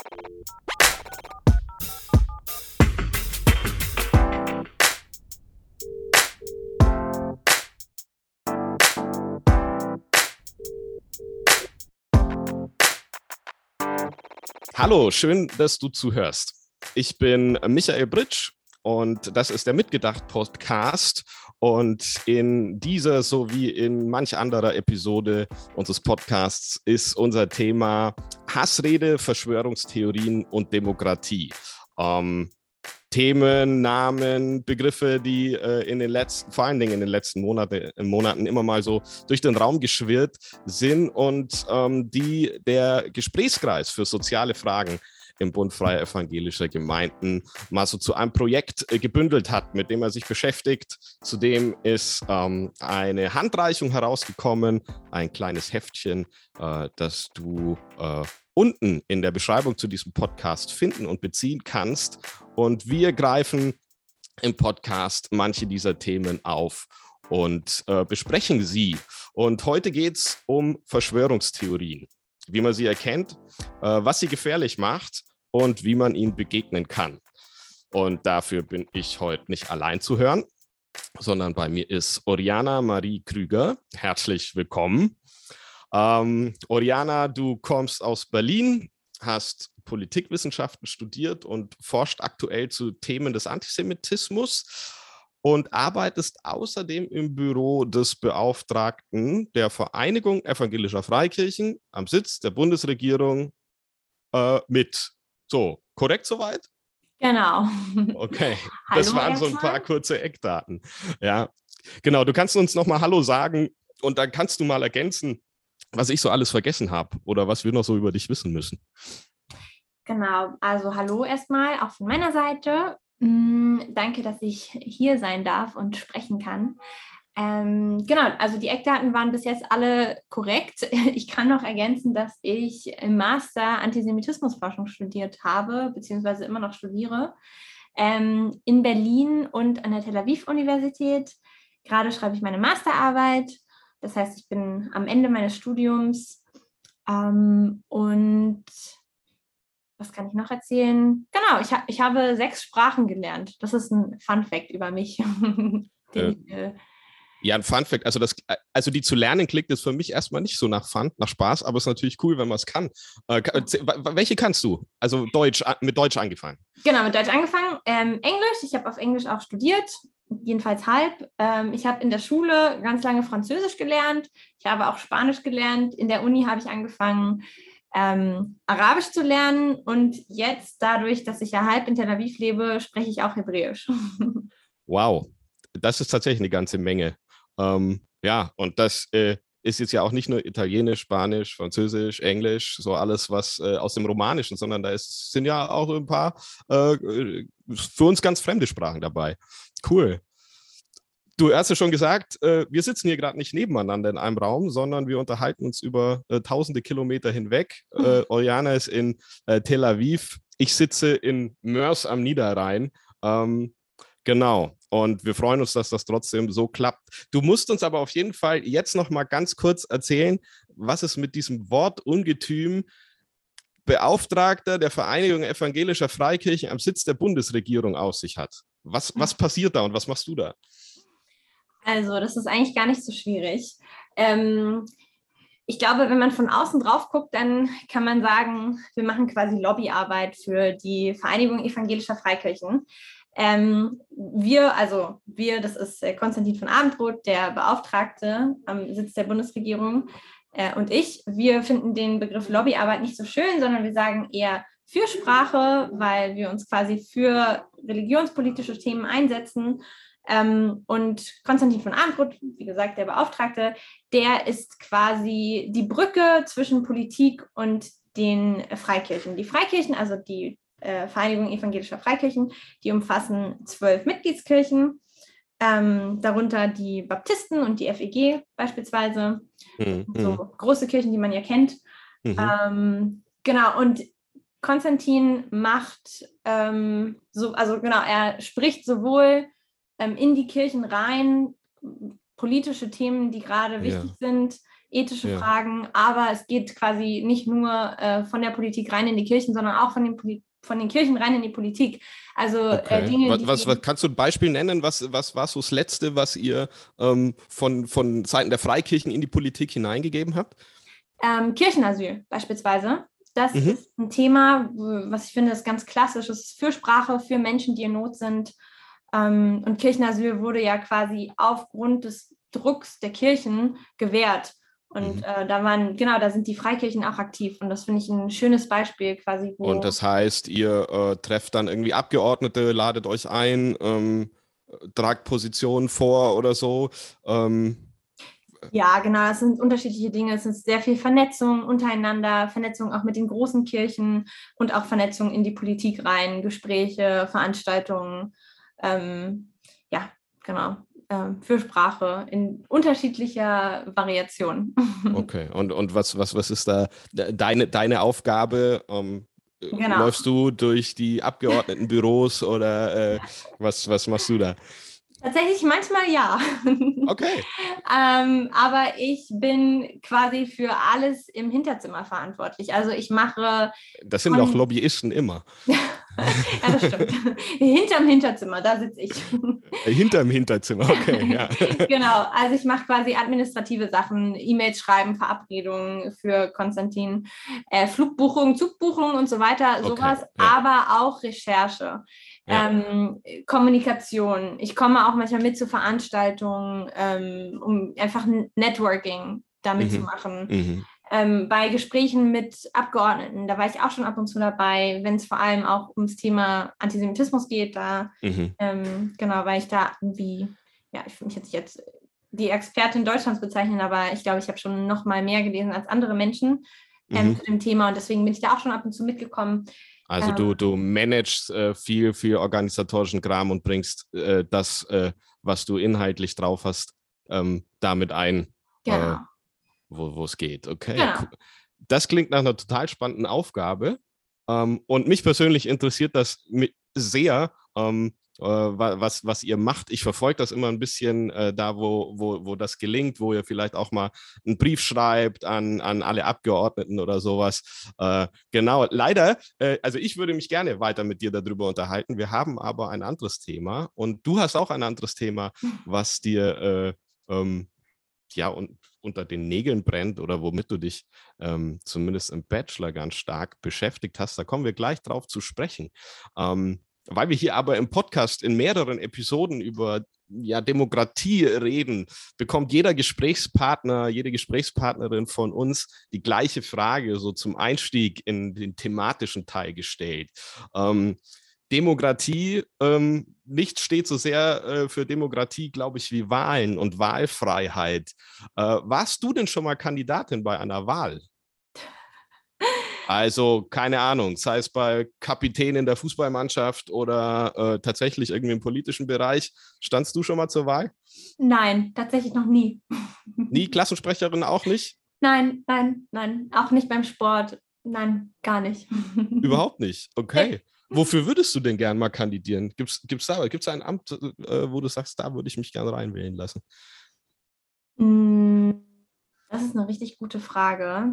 Hallo, schön, dass du zuhörst. Ich bin Michael Britsch und das ist der Mitgedacht-Podcast. Und in dieser sowie in manch anderer Episode unseres Podcasts ist unser Thema Hassrede, Verschwörungstheorien und Demokratie. Themen, Namen, Begriffe, die vor allen Dingen in den letzten Monaten immer mal so durch den Raum geschwirrt sind und die der Gesprächskreis für soziale Fragen im Bund Freier Evangelischer Gemeinden mal so zu einem Projekt gebündelt hat, mit dem er sich beschäftigt. Zudem ist eine Handreichung herausgekommen, ein kleines Heftchen, das du unten in der Beschreibung zu diesem Podcast finden und beziehen kannst. Und wir greifen im Podcast manche dieser Themen auf und besprechen sie. Und heute geht es um Verschwörungstheorien, wie man sie erkennt, was sie gefährlich macht und wie man ihnen begegnen kann. Und dafür bin ich heute nicht allein zu hören, sondern bei mir ist Oriana Marie Krüger. Herzlich willkommen. Oriana, du kommst aus Berlin, hast Politikwissenschaften studiert und forscht aktuell zu Themen des Antisemitismus und arbeitest außerdem im Büro des Beauftragten der Vereinigung Evangelischer Freikirchen am Sitz der Bundesregierung mit. So, korrekt soweit? Genau. Okay, das waren so ein paar kurze Eckdaten. Ja, genau, du kannst uns nochmal Hallo sagen und dann kannst du mal ergänzen, was ich so alles vergessen habe oder was wir noch so über dich wissen müssen. Genau, also hallo erstmal auch von meiner Seite. Danke, dass ich hier sein darf und sprechen kann. Genau, also die Eckdaten waren bis jetzt alle korrekt. Ich kann noch ergänzen, dass ich im Master Antisemitismusforschung studiert habe, beziehungsweise immer noch studiere, in Berlin und an der Tel Aviv-Universität. Gerade schreibe ich meine Masterarbeit. Das heißt, ich bin am Ende meines Studiums und was kann ich noch erzählen? Genau, ich habe 6 Sprachen gelernt. Das ist ein Fun-Fact über mich. Ja, ein Fun-Fact. Also die zu lernen klingt jetzt für mich erstmal nicht so nach Fun, nach Spaß, aber es ist natürlich cool, wenn man es kann. Welche kannst du? Also mit Deutsch angefangen. Genau, mit Deutsch angefangen. Englisch, ich habe auf Englisch auch studiert, jedenfalls halb. Ich habe in der Schule ganz lange Französisch gelernt. Ich habe auch Spanisch gelernt. In der Uni habe ich angefangen, Arabisch zu lernen. Und jetzt, dadurch, dass ich ja halb in Tel Aviv lebe, spreche ich auch Hebräisch. Wow, das ist tatsächlich eine ganze Menge. Ja, und das ist jetzt ja auch nicht nur Italienisch, Spanisch, Französisch, Englisch, so alles was aus dem Romanischen, sondern sind ja auch ein paar für uns ganz fremde Sprachen dabei. Cool. Du hast ja schon gesagt, wir sitzen hier gerade nicht nebeneinander in einem Raum, sondern wir unterhalten uns über tausende Kilometer hinweg. Oriana ist in Tel Aviv. Ich sitze in Moers am Niederrhein. Genau. Und wir freuen uns, dass das trotzdem so klappt. Du musst uns aber auf jeden Fall jetzt noch mal ganz kurz erzählen, was es mit diesem Wort Ungetüm Beauftragter der Vereinigung Evangelischer Freikirchen am Sitz der Bundesregierung auf sich hat. Was passiert da und was machst du da? Also, das ist eigentlich gar nicht so schwierig. Ich glaube, wenn man von außen drauf guckt, dann kann man sagen, wir machen quasi Lobbyarbeit für die Vereinigung Evangelischer Freikirchen. Wir, das ist Konstantin von Abendroth, der Beauftragte am Sitz der Bundesregierung, und wir finden den Begriff Lobbyarbeit nicht so schön, sondern wir sagen eher Fürsprache, weil wir uns quasi für religionspolitische Themen einsetzen. Und Konstantin von Abendroth, wie gesagt, der Beauftragte, der ist quasi die Brücke zwischen Politik und den Freikirchen. Die Freikirchen, also die Vereinigung Evangelischer Freikirchen, die umfassen 12 Mitgliedskirchen, darunter die Baptisten und die FEG beispielsweise, so große Kirchen, die man ja kennt. Genau, und Konstantin macht, er spricht sowohl in die Kirchen rein, politische Themen, die gerade wichtig sind, ethische Ja. Fragen, aber es geht quasi nicht nur von der Politik rein in die Kirchen, sondern auch von den Kirchen rein in die Politik. Also Okay. Dinge, Was kannst du ein Beispiel nennen? Was war so das Letzte, was ihr von Seiten der Freikirchen in die Politik hineingegeben habt? Kirchenasyl beispielsweise. Das Mhm. ist ein Thema, was ich finde, ist ganz klassisch. Es ist Fürsprache für Menschen, die in Not sind. Und Kirchenasyl wurde ja quasi aufgrund des Drucks der Kirchen gewährt. Und da sind die Freikirchen auch aktiv. Und das finde ich ein schönes Beispiel quasi, wo. Und das heißt, ihr trefft dann irgendwie Abgeordnete, ladet euch ein, tragt Positionen vor oder so. Ja, genau, das sind unterschiedliche Dinge. Es ist sehr viel Vernetzung untereinander, Vernetzung auch mit den großen Kirchen und auch Vernetzung in die Politik rein, Gespräche, Veranstaltungen, ja, genau, Fürsprache in unterschiedlicher Variation. Okay, und was ist da deine Aufgabe? Genau. Läufst du durch die Abgeordnetenbüros oder was machst du da? Tatsächlich manchmal ja. Okay. Aber ich bin quasi für alles im Hinterzimmer verantwortlich. Also ich mache. Das sind auch Lobbyisten immer. Ja, das stimmt. Hinterm Hinterzimmer, da sitze ich. Hinterm Hinterzimmer, okay, ja. Genau, also ich mache quasi administrative Sachen, E-Mails schreiben, Verabredungen für Konstantin, Flugbuchungen, Zugbuchungen und so weiter, sowas, ja. Aber auch Recherche, Kommunikation. Ich komme auch manchmal mit zu Veranstaltungen, um einfach Networking damit zu machen. Bei Gesprächen mit Abgeordneten, da war ich auch schon ab und zu dabei, wenn es vor allem auch ums Thema Antisemitismus geht, da genau, weil ich da irgendwie, ja, ich will mich jetzt die Expertin Deutschlands bezeichnen, aber ich glaube, ich habe schon noch mal mehr gelesen als andere Menschen zu dem Thema und deswegen bin ich da auch schon ab und zu mitgekommen. Also du managst viel organisatorischen Kram und bringst das, was du inhaltlich drauf hast, damit ein. Genau. Wo es geht. Okay, genau. Cool. Das klingt nach einer total spannenden Aufgabe. Und mich persönlich interessiert das sehr, was ihr macht. Ich verfolge das immer ein bisschen da, wo das gelingt, wo ihr vielleicht auch mal einen Brief schreibt an alle Abgeordneten oder sowas. Genau, leider, also ich würde mich gerne weiter mit dir darüber unterhalten. Wir haben aber ein anderes Thema und du hast auch ein anderes Thema, was dir und unter den Nägeln brennt oder womit du dich zumindest im Bachelor ganz stark beschäftigt hast. Da kommen wir gleich drauf zu sprechen. Weil wir hier aber im Podcast in mehreren Episoden über Demokratie reden, bekommt jeder Gesprächspartner, jede Gesprächspartnerin von uns die gleiche Frage so zum Einstieg in den thematischen Teil gestellt. Demokratie, nichts steht so sehr für Demokratie, glaube ich, wie Wahlen und Wahlfreiheit. Warst du denn schon mal Kandidatin bei einer Wahl? Also, keine Ahnung, sei es bei Kapitän in der Fußballmannschaft oder tatsächlich irgendwie im politischen Bereich. Standst du schon mal zur Wahl? Nein, tatsächlich noch nie. Nie? Klassensprecherin auch nicht? Nein, auch nicht beim Sport. Nein, gar nicht. Überhaupt nicht? Okay. Wofür würdest du denn gern mal kandidieren? Gibt's ein Amt, wo du sagst, da würde ich mich gerne reinwählen lassen? Das ist eine richtig gute Frage.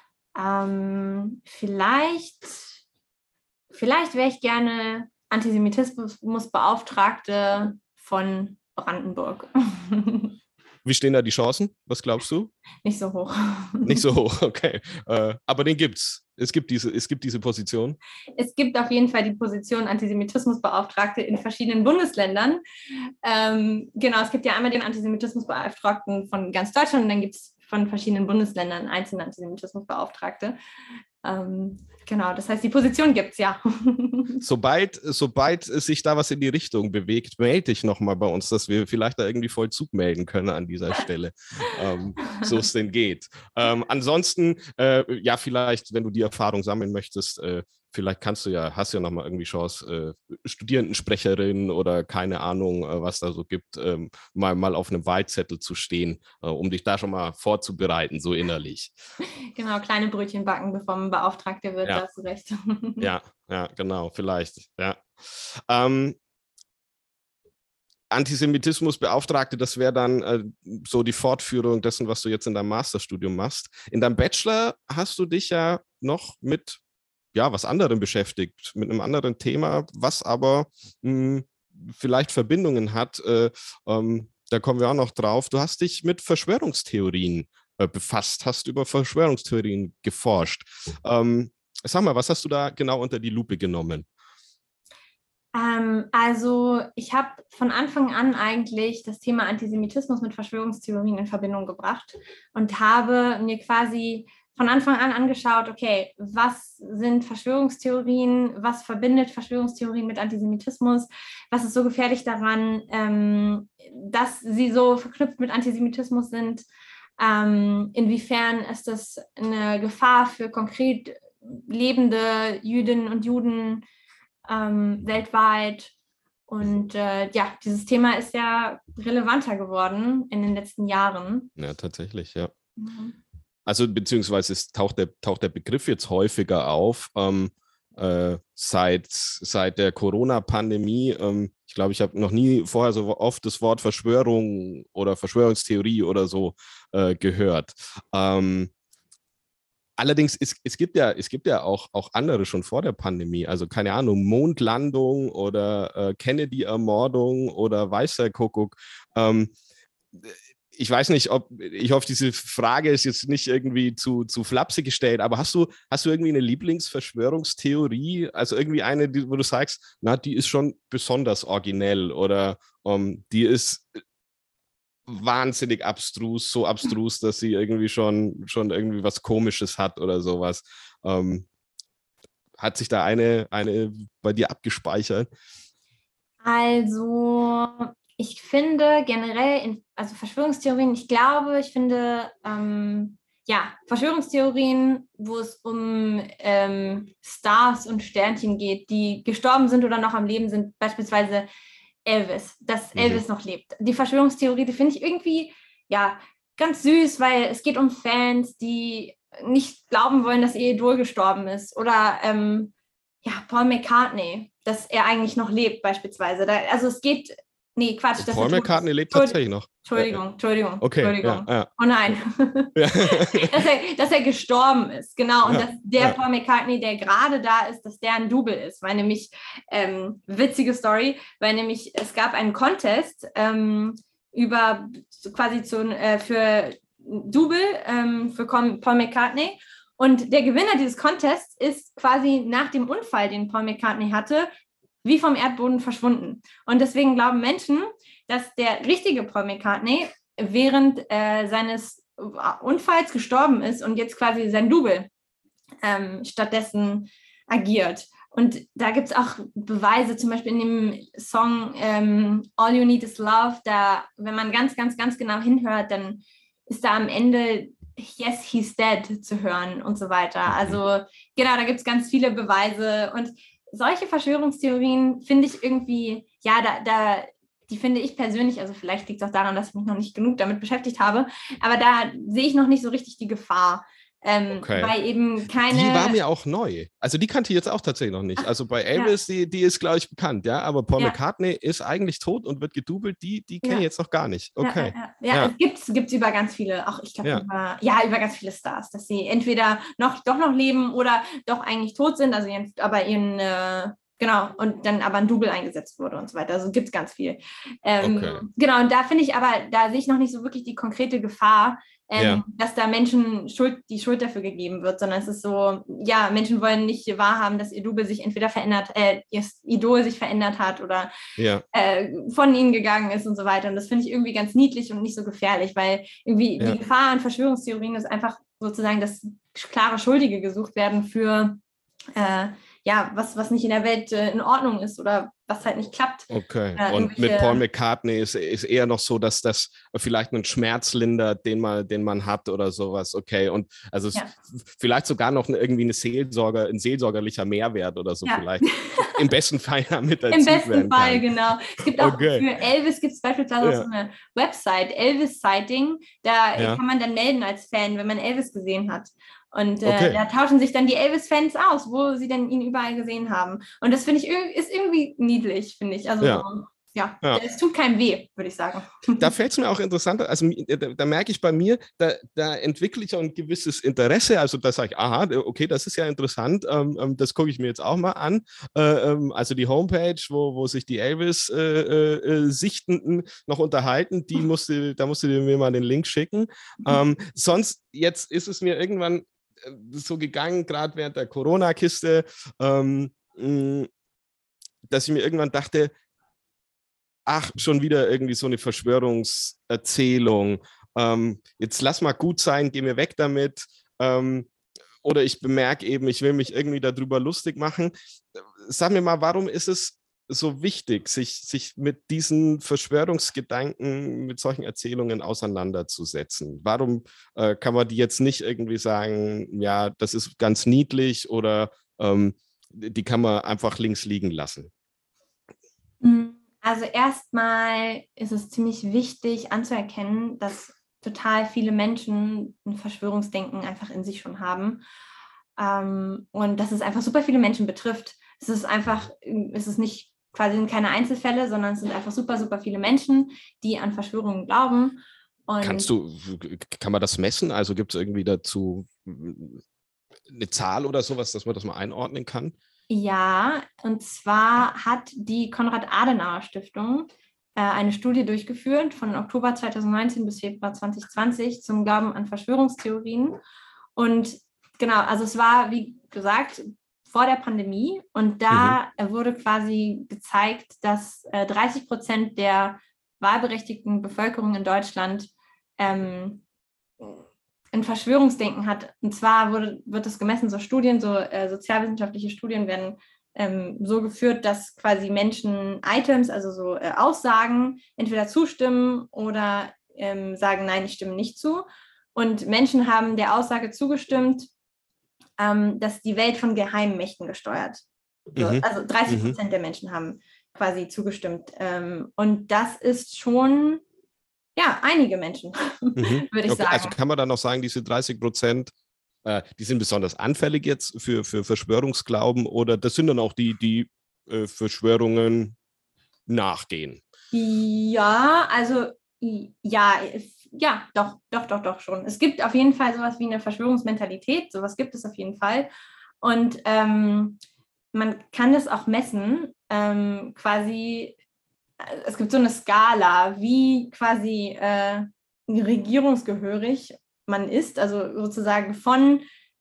Vielleicht wäre ich gerne Antisemitismusbeauftragte von Brandenburg. Wie stehen da die Chancen? Was glaubst du? Nicht so hoch. Nicht so hoch, okay. Aber den gibt's. Es gibt diese Position. Es gibt auf jeden Fall die Position Antisemitismusbeauftragte in verschiedenen Bundesländern. Genau, es gibt ja einmal den Antisemitismusbeauftragten von ganz Deutschland und dann gibt es von verschiedenen Bundesländern einzelne Antisemitismusbeauftragte. Genau, das heißt, die Position gibt es ja. Sobald sich da was in die Richtung bewegt, melde dich nochmal bei uns, dass wir vielleicht da irgendwie Vollzug melden können an dieser Stelle, so es denn geht. Ansonsten, vielleicht, wenn du die Erfahrung sammeln möchtest, vielleicht hast du ja nochmal irgendwie Chance, Studierendensprecherin oder keine Ahnung, was da so gibt, mal auf einem Wahlzettel zu stehen, um dich da schon mal vorzubereiten, so innerlich. Genau, kleine Brötchen backen, bevor man Beauftragter wird, da hast du recht. Ja, genau, vielleicht, ja. Antisemitismusbeauftragte, das wäre dann so die Fortführung dessen, was du jetzt in deinem Masterstudium machst. In deinem Bachelor hast du dich ja noch mit was anderem beschäftigt, mit einem anderen Thema, was aber vielleicht Verbindungen hat. Da kommen wir auch noch drauf. Du hast dich mit Verschwörungstheorien befasst, hast über Verschwörungstheorien geforscht. Sag mal, was hast du da genau unter die Lupe genommen? Also ich habe von Anfang an eigentlich das Thema Antisemitismus mit Verschwörungstheorien in Verbindung gebracht und habe mir quasi von Anfang an angeschaut, okay, was sind Verschwörungstheorien, was verbindet Verschwörungstheorien mit Antisemitismus, was ist so gefährlich daran, dass sie so verknüpft mit Antisemitismus sind, inwiefern ist das eine Gefahr für konkret lebende Jüdinnen und Juden weltweit. Und dieses Thema ist ja relevanter geworden in den letzten Jahren. Ja, tatsächlich, ja. Mhm. Also beziehungsweise taucht der Begriff jetzt häufiger auf seit der Corona-Pandemie. Ich glaube, ich habe noch nie vorher so oft das Wort Verschwörung oder Verschwörungstheorie oder so gehört. Allerdings, es gibt ja auch andere schon vor der Pandemie, also keine Ahnung, Mondlandung oder Kennedy-Ermordung oder weißer Kuckuck. Ich weiß nicht, ich hoffe, diese Frage ist jetzt nicht irgendwie zu flapsig gestellt, aber hast du irgendwie eine Lieblingsverschwörungstheorie, also irgendwie eine, wo du sagst, na, die ist schon besonders originell oder die ist wahnsinnig abstrus, so abstrus, dass sie irgendwie schon irgendwie was Komisches hat oder sowas. Hat sich da eine bei dir abgespeichert? Also ich finde generell, also Verschwörungstheorien, ich finde Verschwörungstheorien, wo es um Stars und Sternchen geht, die gestorben sind oder noch am Leben sind, beispielsweise Elvis, dass Elvis noch lebt. Die Verschwörungstheorie, die finde ich irgendwie, ganz süß, weil es geht um Fans, die nicht glauben wollen, dass ihr Idol gestorben ist. Oder, Paul McCartney, dass er eigentlich noch lebt, beispielsweise. Paul McCartney lebt tatsächlich noch. Entschuldigung. Okay, Entschuldigung. Ja. Oh nein. Ja. dass er gestorben ist, genau. Und Ja. dass der Paul McCartney, der gerade da ist, dass der ein Double ist. Weil nämlich, witzige Story, weil nämlich es gab einen Contest für Double für Paul McCartney. Und der Gewinner dieses Contests ist quasi nach dem Unfall, den Paul McCartney hatte, wie vom Erdboden verschwunden. Und deswegen glauben Menschen, dass der richtige Paul McCartney während seines Unfalls gestorben ist und jetzt quasi sein Double stattdessen agiert. Und da gibt es auch Beweise, zum Beispiel in dem Song All You Need Is Love, da, wenn man ganz, ganz, ganz genau hinhört, dann ist da am Ende Yes, he's dead zu hören und so weiter. Also genau, da gibt es ganz viele Beweise und solche Verschwörungstheorien finde ich irgendwie, die finde ich persönlich, also vielleicht liegt es auch daran, dass ich mich noch nicht genug damit beschäftigt habe, aber da sehe ich noch nicht so richtig die Gefahr. Weil eben keine... Die war mir auch neu. Also die kannte ich jetzt auch tatsächlich noch nicht. Also bei Elvis, die ist, glaube ich, bekannt, ja. Aber Paul McCartney ist eigentlich tot und wird gedoubelt. Die kenne ich jetzt noch gar nicht. Okay. Es gibt's über ganz viele, auch ich glaube über ganz viele Stars, dass sie entweder doch noch leben oder doch eigentlich tot sind, also genau, und dann aber ein Double eingesetzt wurde und so weiter. Also gibt es ganz viel. Genau, und da finde ich aber, da sehe ich noch nicht so wirklich die konkrete Gefahr, dass da Menschen die Schuld dafür gegeben wird, sondern es ist so, Menschen wollen nicht wahrhaben, dass ihr Double sich entweder ihr Idol sich verändert hat oder von ihnen gegangen ist und so weiter. Und das finde ich irgendwie ganz niedlich und nicht so gefährlich, weil irgendwie die Gefahr an Verschwörungstheorien ist einfach sozusagen, dass klare Schuldige gesucht werden für was nicht in der Welt in Ordnung ist oder was halt nicht klappt. Okay, und mit Paul McCartney ist eher noch so, dass das vielleicht einen Schmerz lindert, den man hat oder sowas. Okay, und also vielleicht sogar noch irgendwie ein seelsorgerlicher Mehrwert oder so vielleicht. Im besten Fall mit dazu. Im besten Fall, genau. Es gibt auch für Elvis gibt es beispielsweise auch so eine Website, Elvis Sighting, da kann man dann melden als Fan, wenn man Elvis gesehen hat. Und da tauschen sich dann die Elvis-Fans aus, wo sie denn ihn überall gesehen haben. Und das finde ich ist irgendwie niedlich, finde ich. Also ja, es tut keinem weh, würde ich sagen. Da fällt es mir auch interessanter, also da merke ich bei mir, da entwickle ich auch ein gewisses Interesse, also da sage ich, aha, okay, das ist ja interessant, das gucke ich mir jetzt auch mal an, also die Homepage, wo sich die Elvis-Sichtenden noch unterhalten, da musst du mir mal den Link schicken. Sonst, jetzt ist es mir irgendwann so gegangen, gerade während der Corona-Kiste, dass ich mir irgendwann dachte, ach, schon wieder irgendwie so eine Verschwörungserzählung. Jetzt lass mal gut sein, geh mir weg damit. Oder ich bemerke eben, ich will mich irgendwie darüber lustig machen. Sag mir mal, warum ist es so wichtig, sich mit diesen Verschwörungsgedanken, mit solchen Erzählungen auseinanderzusetzen? Warum kann man die jetzt nicht irgendwie sagen, ja, das ist ganz niedlich oder die kann man einfach links liegen lassen? Also erstmal ist es ziemlich wichtig anzuerkennen, dass total viele Menschen ein Verschwörungsdenken einfach in sich schon haben. Und dass es einfach super viele Menschen betrifft. Es ist nicht quasi keine Einzelfälle, sondern es sind einfach super, super viele Menschen, die an Verschwörungen glauben. Und kann man das messen? Also gibt es irgendwie dazu eine Zahl oder sowas, dass man das mal einordnen kann? Ja, und zwar hat die Konrad-Adenauer-Stiftung eine Studie durchgeführt von Oktober 2019 bis Februar 2020 zum Glauben an Verschwörungstheorien. Und genau, also es war, wie gesagt, vor der Pandemie und da wurde quasi gezeigt, dass 30% der wahlberechtigten Bevölkerung in Deutschland ein Verschwörungsdenken hat. Und zwar wird das gemessen, so Studien, sozialwissenschaftliche Studien werden so geführt, dass quasi Menschen Items, also so Aussagen, entweder zustimmen oder sagen, nein, ich stimme nicht zu. Und Menschen haben der Aussage zugestimmt, dass die Welt von geheimen Mächten gesteuert wird. Also 30% der Menschen haben quasi zugestimmt. Und das ist schon, ja, einige Menschen, würde ich sagen. Also kann man dann auch sagen, diese 30%, die sind besonders anfällig jetzt für Verschwörungsglauben oder das sind dann auch die Verschwörungen nachgehen? Ja, also ja, doch schon. Es gibt auf jeden Fall sowas wie eine Verschwörungsmentalität, sowas gibt es auf jeden Fall. Und man kann das auch messen, quasi, es gibt so eine Skala, wie quasi regierungsgehörig man ist, also sozusagen von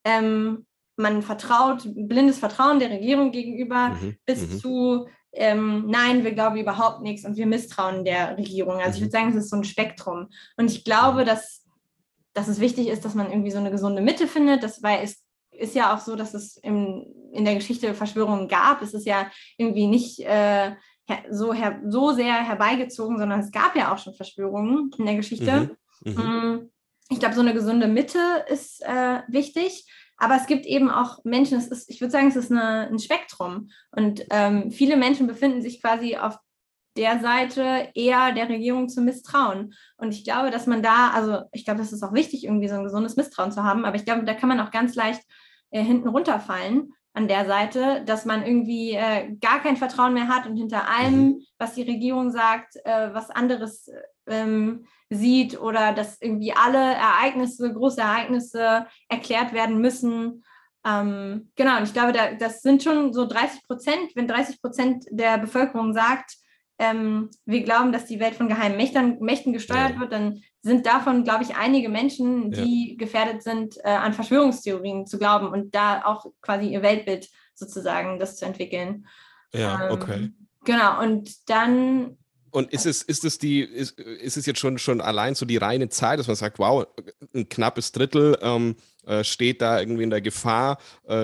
man vertraut, blindes Vertrauen der Regierung gegenüber bis zu nein, wir glauben überhaupt nichts und wir misstrauen der Regierung. Also ich würde sagen, es ist so ein Spektrum. Und ich glaube, dass es wichtig ist, dass man irgendwie so eine gesunde Mitte findet, weil es ist ja auch so, dass es in der Geschichte Verschwörungen gab. Es ist ja irgendwie nicht so sehr herbeigezogen, sondern es gab ja auch schon Verschwörungen in der Geschichte. Ich glaube, so eine gesunde Mitte ist wichtig. Aber es gibt eben auch Menschen, ich würde sagen, es ist ein Spektrum. Und viele Menschen befinden sich quasi auf der Seite eher der Regierung zu misstrauen. Und ich glaube, dass man ich glaube, das ist auch wichtig, irgendwie so ein gesundes Misstrauen zu haben. Aber ich glaube, da kann man auch ganz leicht hinten runterfallen an der Seite, dass man irgendwie gar kein Vertrauen mehr hat und hinter allem, was die Regierung sagt, was anderes sieht oder dass irgendwie alle große Ereignisse erklärt werden müssen. Genau, und ich glaube, das sind schon so 30%, wenn 30% der Bevölkerung sagt, wir glauben, dass die Welt von geheimen Mächten gesteuert wird, dann sind davon, glaube ich, einige Menschen, die gefährdet sind, an Verschwörungstheorien zu glauben und da auch quasi ihr Weltbild sozusagen das zu entwickeln. Ja, okay. Genau, und dann... Und ist es jetzt schon allein so die reine Zahl, dass man sagt, wow, ein knappes Drittel steht da irgendwie in der Gefahr,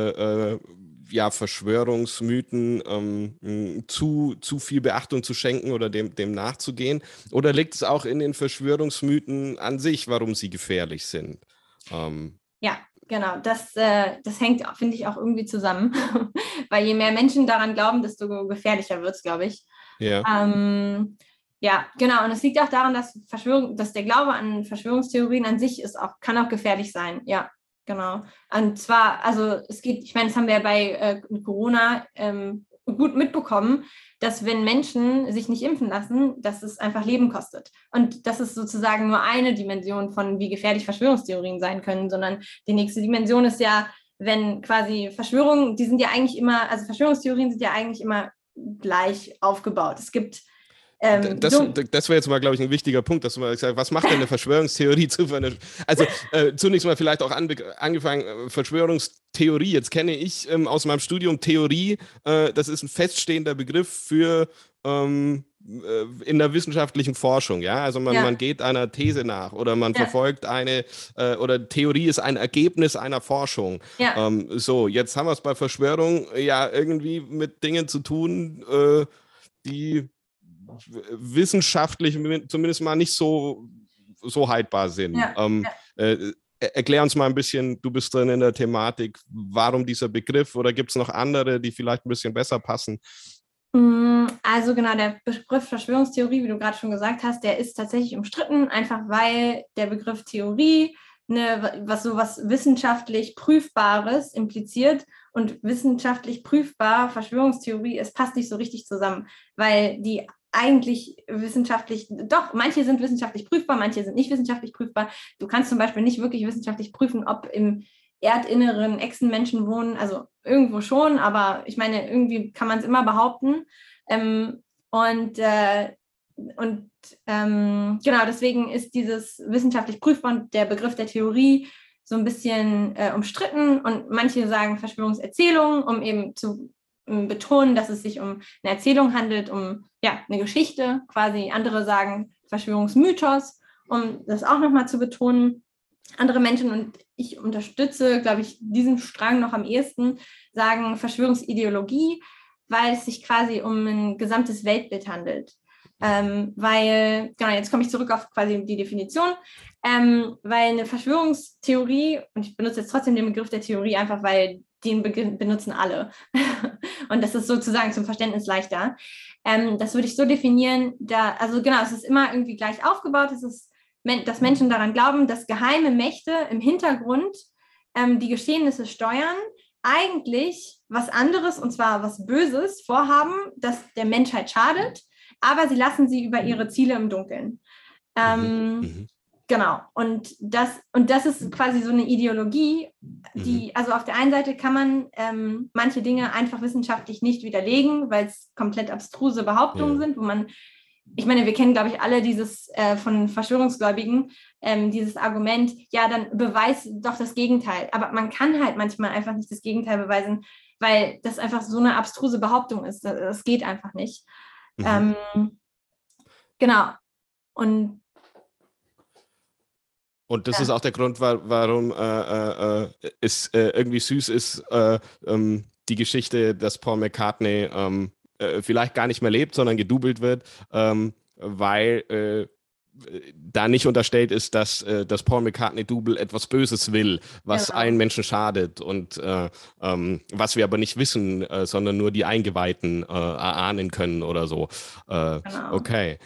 Verschwörungsmythen zu viel Beachtung zu schenken oder dem nachzugehen? Oder liegt es auch in den Verschwörungsmythen an sich, warum sie gefährlich sind? Ja, genau. Das hängt, finde ich, auch irgendwie zusammen. Weil je mehr Menschen daran glauben, desto gefährlicher wird es, glaube ich. Ja. Ja, genau. Und es liegt auch daran, dass der Glaube an Verschwörungstheorien an sich kann auch gefährlich sein. Ja, genau. Und zwar, also es geht, ich meine, das haben wir ja bei Corona gut mitbekommen, dass wenn Menschen sich nicht impfen lassen, dass es einfach Leben kostet. Und das ist sozusagen nur eine Dimension von, wie gefährlich Verschwörungstheorien sein können, sondern die nächste Dimension ist ja, wenn quasi Verschwörungen, die sind ja eigentlich immer, also Verschwörungstheorien sind ja eigentlich immer gleich aufgebaut. Es gibt das wäre jetzt mal, glaube ich, ein wichtiger Punkt, dass du mal sagst, was macht denn eine Verschwörungstheorie zu einer... Also zunächst mal vielleicht auch angefangen, Verschwörungstheorie. Jetzt kenne ich aus meinem Studium Theorie, das ist ein feststehender Begriff für in der wissenschaftlichen Forschung, ja, also man geht einer These nach oder man verfolgt oder Theorie ist ein Ergebnis einer Forschung. So, jetzt haben wir es bei Verschwörung ja irgendwie mit Dingen zu tun, die wissenschaftlich zumindest mal nicht so haltbar sind. Erklär uns mal ein bisschen, du bist drin in der Thematik, warum dieser Begriff oder gibt es noch andere, die vielleicht ein bisschen besser passen? Also genau, der Begriff Verschwörungstheorie, wie du gerade schon gesagt hast, der ist tatsächlich umstritten, einfach weil der Begriff Theorie was wissenschaftlich Prüfbares impliziert und wissenschaftlich prüfbar Verschwörungstheorie, es passt nicht so richtig zusammen, weil die eigentlich wissenschaftlich, doch, manche sind wissenschaftlich prüfbar, manche sind nicht wissenschaftlich prüfbar. Du kannst zum Beispiel nicht wirklich wissenschaftlich prüfen, ob im Erdinneren Echsenmenschen wohnen, also irgendwo schon, aber ich meine, irgendwie kann man es immer behaupten. Genau, deswegen ist dieses wissenschaftlich prüfbar und der Begriff der Theorie so ein bisschen umstritten und manche sagen Verschwörungserzählungen, um eben zu betonen, dass es sich um eine Erzählung handelt, um eine Geschichte quasi. Andere sagen Verschwörungsmythos, um das auch nochmal zu betonen. Andere Menschen, und ich unterstütze, glaube ich, diesen Strang noch am ehesten, sagen Verschwörungsideologie, weil es sich quasi um ein gesamtes Weltbild handelt. Weil, genau, jetzt komme ich zurück auf quasi die Definition, weil eine Verschwörungstheorie, und ich benutze jetzt trotzdem den Begriff der Theorie einfach, weil den benutzen alle. Und das ist sozusagen zum Verständnis leichter. Das würde ich so definieren, also genau, es ist immer irgendwie gleich aufgebaut, dass Menschen daran glauben, dass geheime Mächte im Hintergrund die Geschehnisse steuern, eigentlich was anderes, und zwar was Böses, vorhaben, das der Menschheit schadet, aber sie lassen sie über ihre Ziele im Dunkeln. Genau, und das ist quasi so eine Ideologie, die, also auf der einen Seite kann man manche Dinge einfach wissenschaftlich nicht widerlegen, weil es komplett abstruse Behauptungen sind, wo man, ich meine, wir kennen, glaube ich, alle dieses von Verschwörungsgläubigen, dieses Argument, ja, dann beweis doch das Gegenteil. Aber man kann halt manchmal einfach nicht das Gegenteil beweisen, weil das einfach so eine abstruse Behauptung ist. Das geht einfach nicht. Genau. Und das ist auch der Grund, warum es irgendwie süß ist, die Geschichte, dass Paul McCartney vielleicht gar nicht mehr lebt, sondern gedoubelt wird, weil da nicht unterstellt ist, dass das Paul McCartney-Double etwas Böses will, was allen Menschen schadet und was wir aber nicht wissen, sondern nur die Eingeweihten erahnen können oder so. Okay.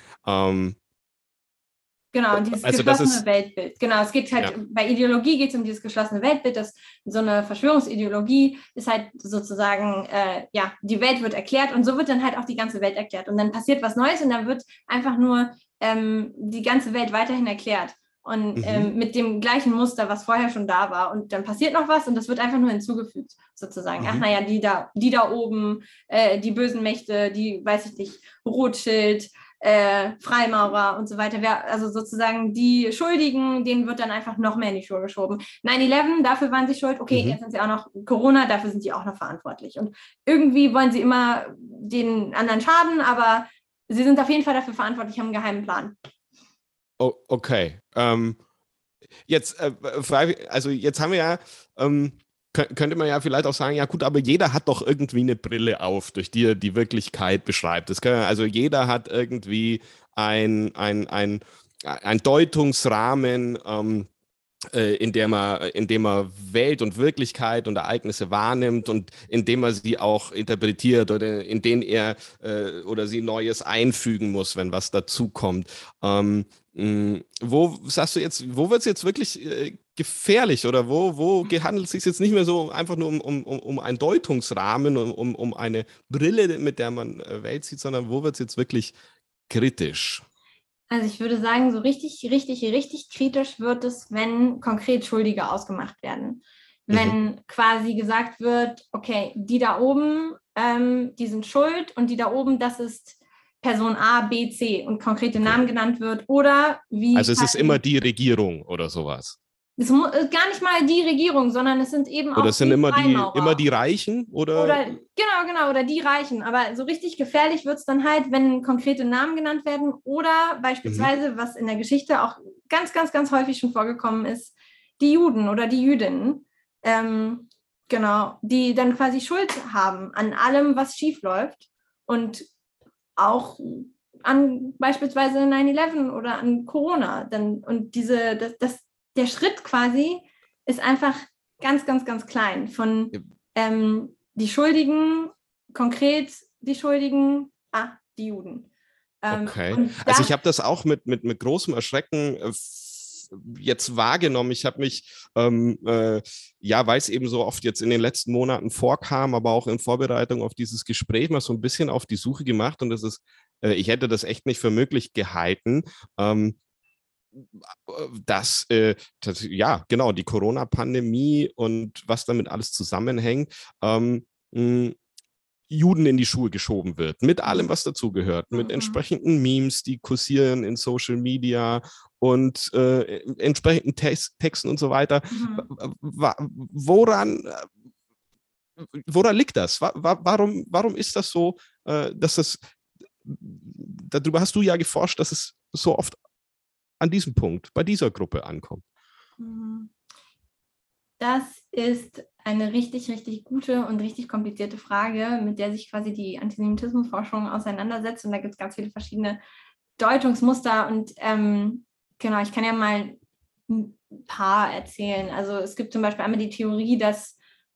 Genau, und dieses geschlossene Weltbild. Genau, es geht halt, bei Ideologie geht es um dieses geschlossene Weltbild, dass so eine Verschwörungsideologie ist halt sozusagen, die Welt wird erklärt und so wird dann halt auch die ganze Welt erklärt. Und dann passiert was Neues und dann wird einfach nur die ganze Welt weiterhin erklärt. Und mit dem gleichen Muster, was vorher schon da war. Und dann passiert noch was und das wird einfach nur hinzugefügt, sozusagen. Ach naja, die da oben, die bösen Mächte, die, weiß ich nicht, Rothschild, Freimaurer und so weiter, also sozusagen die Schuldigen, denen wird dann einfach noch mehr in die Schuhe geschoben. 9/11, dafür waren sie schuld, okay, jetzt sind sie auch noch Corona, dafür sind die auch noch verantwortlich. Und irgendwie wollen sie immer den anderen schaden, aber sie sind auf jeden Fall dafür verantwortlich, haben einen geheimen Plan. Oh, okay. Jetzt haben wir ja könnte man ja vielleicht auch sagen, ja gut, aber jeder hat doch irgendwie eine Brille auf, durch die er die Wirklichkeit beschreibt. Also jeder hat irgendwie ein Deutungsrahmen, in dem er Welt und Wirklichkeit und Ereignisse wahrnimmt und in dem er sie auch interpretiert oder in denen er oder sie Neues einfügen muss, wenn was dazukommt. Wo sagst du jetzt, wo wird es jetzt wirklich gefährlich oder wo handelt es sich jetzt nicht mehr so einfach nur um einen Deutungsrahmen, um eine Brille, mit der man Welt sieht, sondern wo wird es jetzt wirklich kritisch? Also ich würde sagen, so richtig, richtig, richtig kritisch wird es, wenn konkret Schuldige ausgemacht werden. Mhm. Wenn quasi gesagt wird, okay, die da oben, die sind schuld und die da oben, das ist Person A, B, C und konkrete Okay. Namen genannt wird oder wie Also es ist immer quasi, die Regierung oder sowas. es ist gar nicht mal die Regierung, sondern es sind eben Oder auch es sind die immer Freimaurer. die Reichen oder? Oder genau, oder die Reichen. Aber so richtig gefährlich wird es dann halt, wenn konkrete Namen genannt werden oder Mhm. beispielsweise, was in der Geschichte auch ganz, ganz, ganz häufig schon vorgekommen ist, die Juden oder die Jüdinnen, genau, die dann quasi Schuld haben an allem, was schief läuft und auch an beispielsweise 9/11 oder an Corona. Und der Schritt quasi ist einfach ganz, ganz, ganz klein von die Schuldigen, konkret die Schuldigen, die Juden. Okay. Und Also das, ich habe das auch mit großem Erschrecken jetzt wahrgenommen. Ich habe mich, ja, weil es eben so oft jetzt in den letzten Monaten vorkam, aber auch in Vorbereitung auf dieses Gespräch mal so ein bisschen auf die Suche gemacht und ich hätte das echt nicht für möglich gehalten. Ja, genau, die Corona-Pandemie und was damit alles zusammenhängt, mh, Juden in die Schuhe geschoben wird, mit allem, was dazugehört, mit mhm. entsprechenden Memes, die kursieren in Social Media und entsprechenden Texten und so weiter. Mhm. Woran, woran liegt das? Warum ist das so, dass darüber hast du ja geforscht, dass es so oft an diesem Punkt, bei dieser Gruppe ankommt? Mhm. Das ist eine richtig, richtig gute und richtig komplizierte Frage, mit der sich quasi die Antisemitismusforschung auseinandersetzt. Und da gibt es ganz viele verschiedene Deutungsmuster. Und genau, ich kann ja mal ein paar erzählen. Also es gibt zum Beispiel einmal die Theorie, dass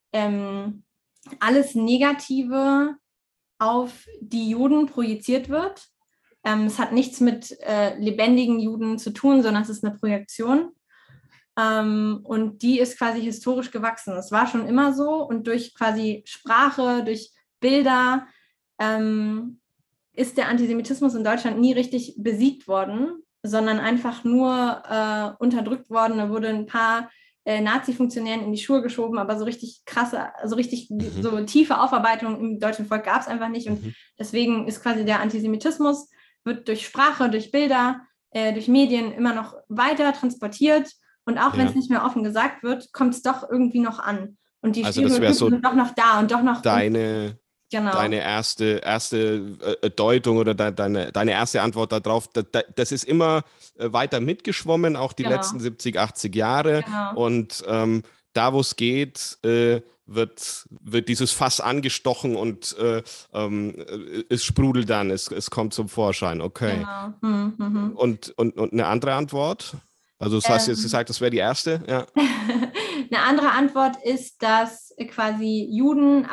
alles Negative auf die Juden projiziert wird. Es hat nichts mit lebendigen Juden zu tun, sondern es ist eine Projektion. Und die ist quasi historisch gewachsen. Es war schon immer so und durch quasi Sprache, durch Bilder ist der Antisemitismus in Deutschland nie richtig besiegt worden, sondern einfach nur unterdrückt worden. Da wurde ein paar Nazi-Funktionären in die Schuhe geschoben, aber so richtig krasse, so richtig Mhm. so tiefe Aufarbeitung im deutschen Volk gab es einfach nicht. Und Mhm. deswegen ist quasi der Antisemitismus, wird durch Sprache, durch Bilder, durch Medien immer noch weiter transportiert. Und auch wenn es Ja, nicht mehr offen gesagt wird, kommt es doch irgendwie noch an. Und die also das wäre Stereotypen so sind doch noch da und doch noch. Und, deine, genau, deine erste Deutung oder deine erste Antwort darauf. Das ist immer weiter mitgeschwommen, auch die letzten genau, 70, 80 Jahre. genau. Und da, wo es geht, wird dieses Fass angestochen und es sprudelt dann, es kommt zum Vorschein. Okay. Genau. Mhm. Und eine andere Antwort? Also, das hast du jetzt Ähm, gesagt, das wäre die erste, ja. eine andere Antwort ist, dass quasi Juden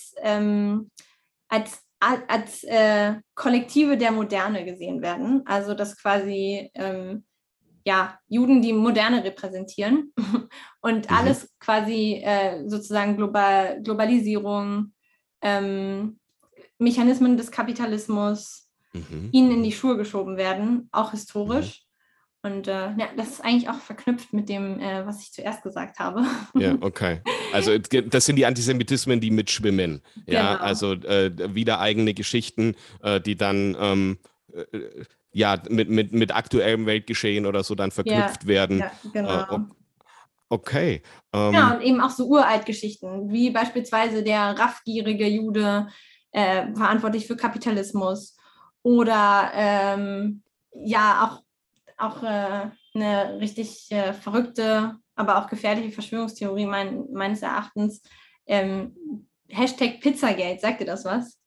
als Kollektive der Moderne gesehen werden. Also dass quasi ja, Juden die Moderne repräsentieren und Mhm. alles quasi sozusagen Globalisierung, ähm, Mechanismen des Kapitalismus Mhm. ihnen in die Mhm. Schuhe geschoben werden, auch Mhm. historisch. Und ja, das ist eigentlich auch verknüpft mit dem, was ich zuerst gesagt habe. Ja, okay. Also das sind die Antisemitismen, die mitschwimmen. Ja, Genau. also wieder eigene Geschichten, die dann ja mit aktuellem Weltgeschehen oder so dann Ja, verknüpft werden. ja, Äh, o- genau. okay. Ja, und eben auch so Uraltgeschichten, wie beispielsweise der raffgierige Jude, verantwortlich für Kapitalismus oder ja, auch eine richtig verrückte, aber auch gefährliche Verschwörungstheorie meines Erachtens. Hashtag Pizzagate, sagt ihr das was?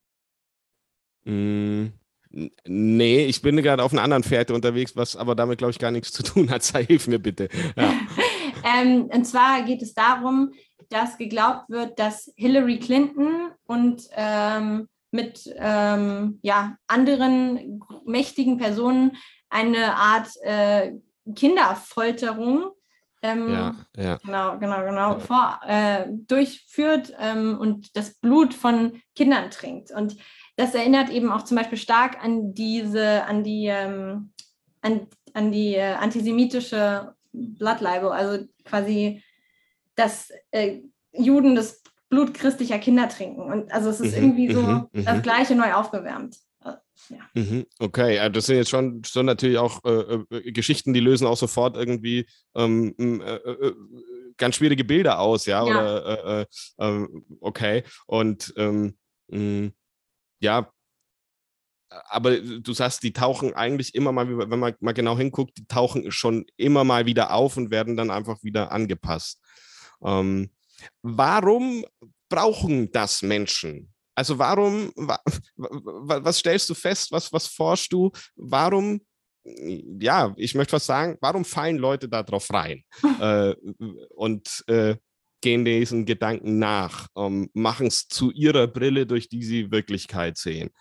Nee, ich bin gerade auf einer anderen Fährte unterwegs, was aber damit, glaube ich, gar nichts zu tun hat. Sei, hilf mir bitte. Ja. Und zwar geht es darum, dass geglaubt wird, dass Hillary Clinton und mit ja, anderen mächtigen Personen eine Art Kinderfolterung Ja, ja. Genau, durchführt und das Blut von Kindern trinkt. Und das erinnert eben auch zum Beispiel stark an die antisemitische Blood Libel, also quasi, dass Juden das Blut christlicher Kinder trinken. Und also es ist irgendwie so das Gleiche neu aufgewärmt. Ja. Okay, ja, das sind jetzt schon natürlich auch Geschichten, die lösen auch sofort irgendwie ganz schwierige Bilder aus, ja, Ja. oder okay. Und ja, aber du sagst, die tauchen eigentlich immer mal, wenn man mal genau hinguckt, die tauchen schon immer mal wieder auf und werden dann einfach wieder angepasst. Warum brauchen das Menschen? Also was stellst du fest, was forschst du, warum, ja, ich möchte was sagen, warum fallen Leute da drauf rein und gehen diesen Gedanken nach, machen es zu ihrer Brille, durch die sie Wirklichkeit sehen?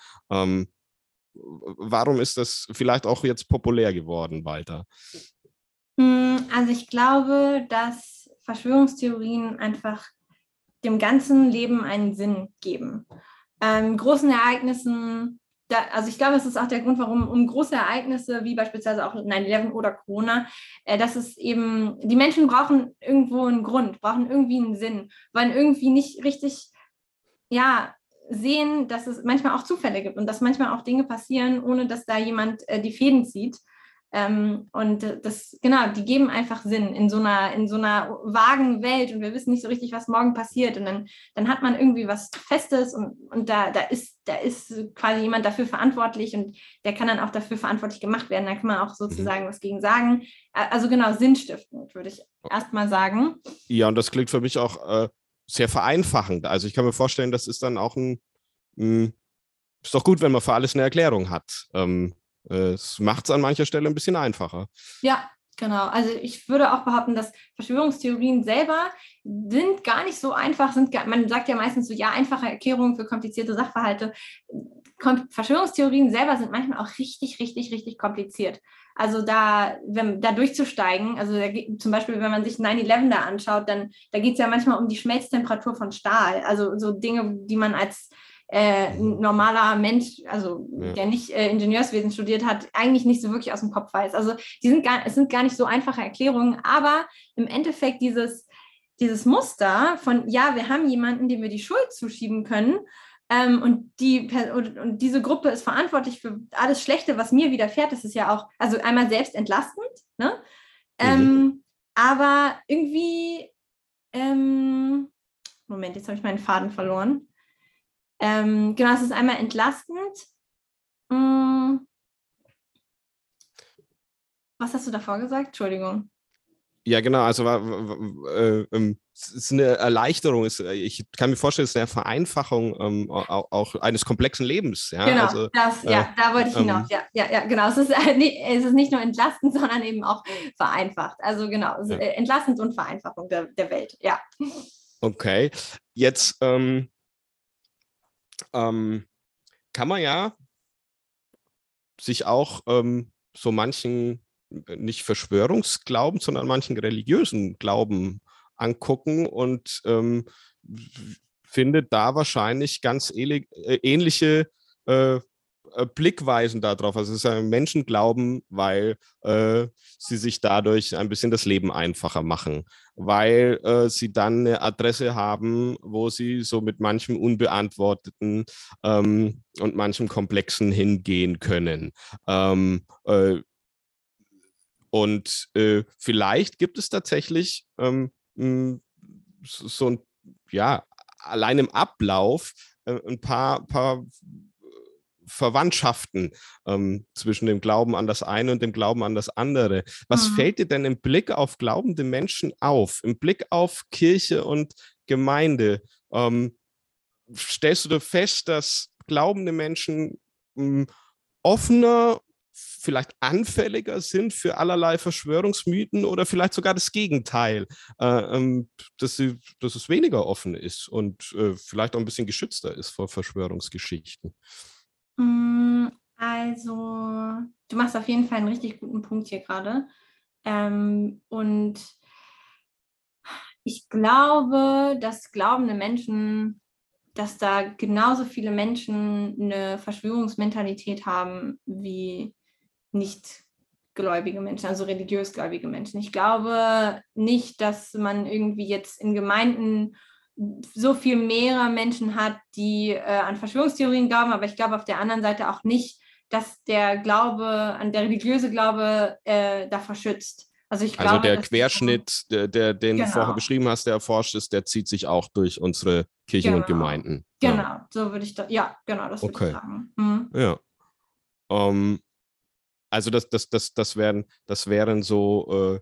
Warum ist das vielleicht auch jetzt populär geworden, Walter? Also ich glaube, dass Verschwörungstheorien einfach dem ganzen Leben einen Sinn geben. Großen Ereignissen, also ich glaube, es ist auch der Grund, warum um große Ereignisse wie beispielsweise auch 9/11 oder Corona, dass es eben, die Menschen brauchen irgendwo einen Grund, brauchen irgendwie einen Sinn, wollen irgendwie nicht richtig, ja, sehen, dass es manchmal auch Zufälle gibt und dass manchmal auch Dinge passieren, ohne dass da jemand die Fäden zieht. Und genau, die geben einfach Sinn in so einer vagen Welt und wir wissen nicht so richtig, was morgen passiert. Und dann hat man irgendwie was Festes und da ist quasi jemand dafür verantwortlich und der kann dann auch dafür verantwortlich gemacht werden. Da kann man auch sozusagen was gegen sagen. Also genau, sinnstiftend, würde ich erstmal sagen. Ja, und das klingt für mich auch sehr vereinfachend. Also ich kann mir vorstellen, das ist dann auch ist doch gut, wenn man für alles eine Erklärung hat. Es macht es an mancher Stelle ein bisschen einfacher. Ja, genau. Also ich würde auch behaupten, dass Verschwörungstheorien selber sind gar nicht so einfach, man sagt ja meistens so, ja, einfache Erklärungen für komplizierte Sachverhalte. Verschwörungstheorien selber sind manchmal auch richtig, richtig, richtig kompliziert. Also da durchzusteigen, also zum Beispiel, wenn man sich 9/11 da anschaut, dann da geht es ja manchmal um die Schmelztemperatur von Stahl. Also so Dinge, die man als normaler Mensch, also der nicht Ingenieurswesen studiert hat, eigentlich nicht so wirklich aus dem Kopf weiß. Also es sind gar nicht so einfache Erklärungen, aber im Endeffekt dieses Muster von, ja, wir haben jemanden, dem wir die Schuld zuschieben können, und diese Gruppe ist verantwortlich für alles Schlechte, was mir widerfährt. Das ist ja auch, also einmal selbst entlastend, ne? Aber irgendwie, Moment, jetzt habe ich meinen Faden verloren. Genau, es ist einmal entlastend. Was hast du davor gesagt? Entschuldigung. Ja, genau, also es ist eine Erleichterung. Ich kann mir vorstellen, es ist eine Vereinfachung auch eines komplexen Lebens. Ja? Genau, Also, da wollte ich hinaus. Ja, genau. Es ist nicht nur entlastend, sondern eben auch vereinfacht. Also genau, entlastend und Vereinfachung der Welt, ja. Okay, jetzt kann man ja sich auch so manchen, nicht Verschwörungsglauben, sondern manchen religiösen Glauben angucken und findet da wahrscheinlich ganz ähnliche Blickweisen darauf. Also es ist ein Menschenglauben, weil sie sich dadurch ein bisschen das Leben einfacher machen, weil sie dann eine Adresse haben, wo sie so mit manchem Unbeantworteten und manchem Komplexen hingehen können. Und vielleicht gibt es tatsächlich so ein, ja, allein im Ablauf ein paar Verwandtschaften zwischen dem Glauben an das eine und dem Glauben an das andere. Was fällt dir denn im Blick auf glaubende Menschen auf, im Blick auf Kirche und Gemeinde? Stellst du da fest, dass glaubende Menschen offener, vielleicht anfälliger sind für allerlei Verschwörungsmythen oder vielleicht sogar das Gegenteil, dass es weniger offen ist und vielleicht auch ein bisschen geschützter ist vor Verschwörungsgeschichten? Also, du machst auf jeden Fall einen richtig guten Punkt hier gerade. Und Ich glaube, dass glaubende Menschen, dass da genauso viele Menschen eine Verschwörungsmentalität haben wie nicht gläubige Menschen, also religiös gläubige Menschen. Ich glaube nicht, dass man irgendwie jetzt in Gemeinden so viel mehr Menschen hat, die an Verschwörungstheorien glauben, aber ich glaube auf der anderen Seite auch nicht, dass der religiöse Glaube davor schützt. Also ich glaube, der Querschnitt, den du vorher beschrieben hast, der erforscht ist, der zieht sich auch durch unsere Kirchen und Gemeinden. Genau, so würde ich das, das würde ich sagen. Ja. Also das wären so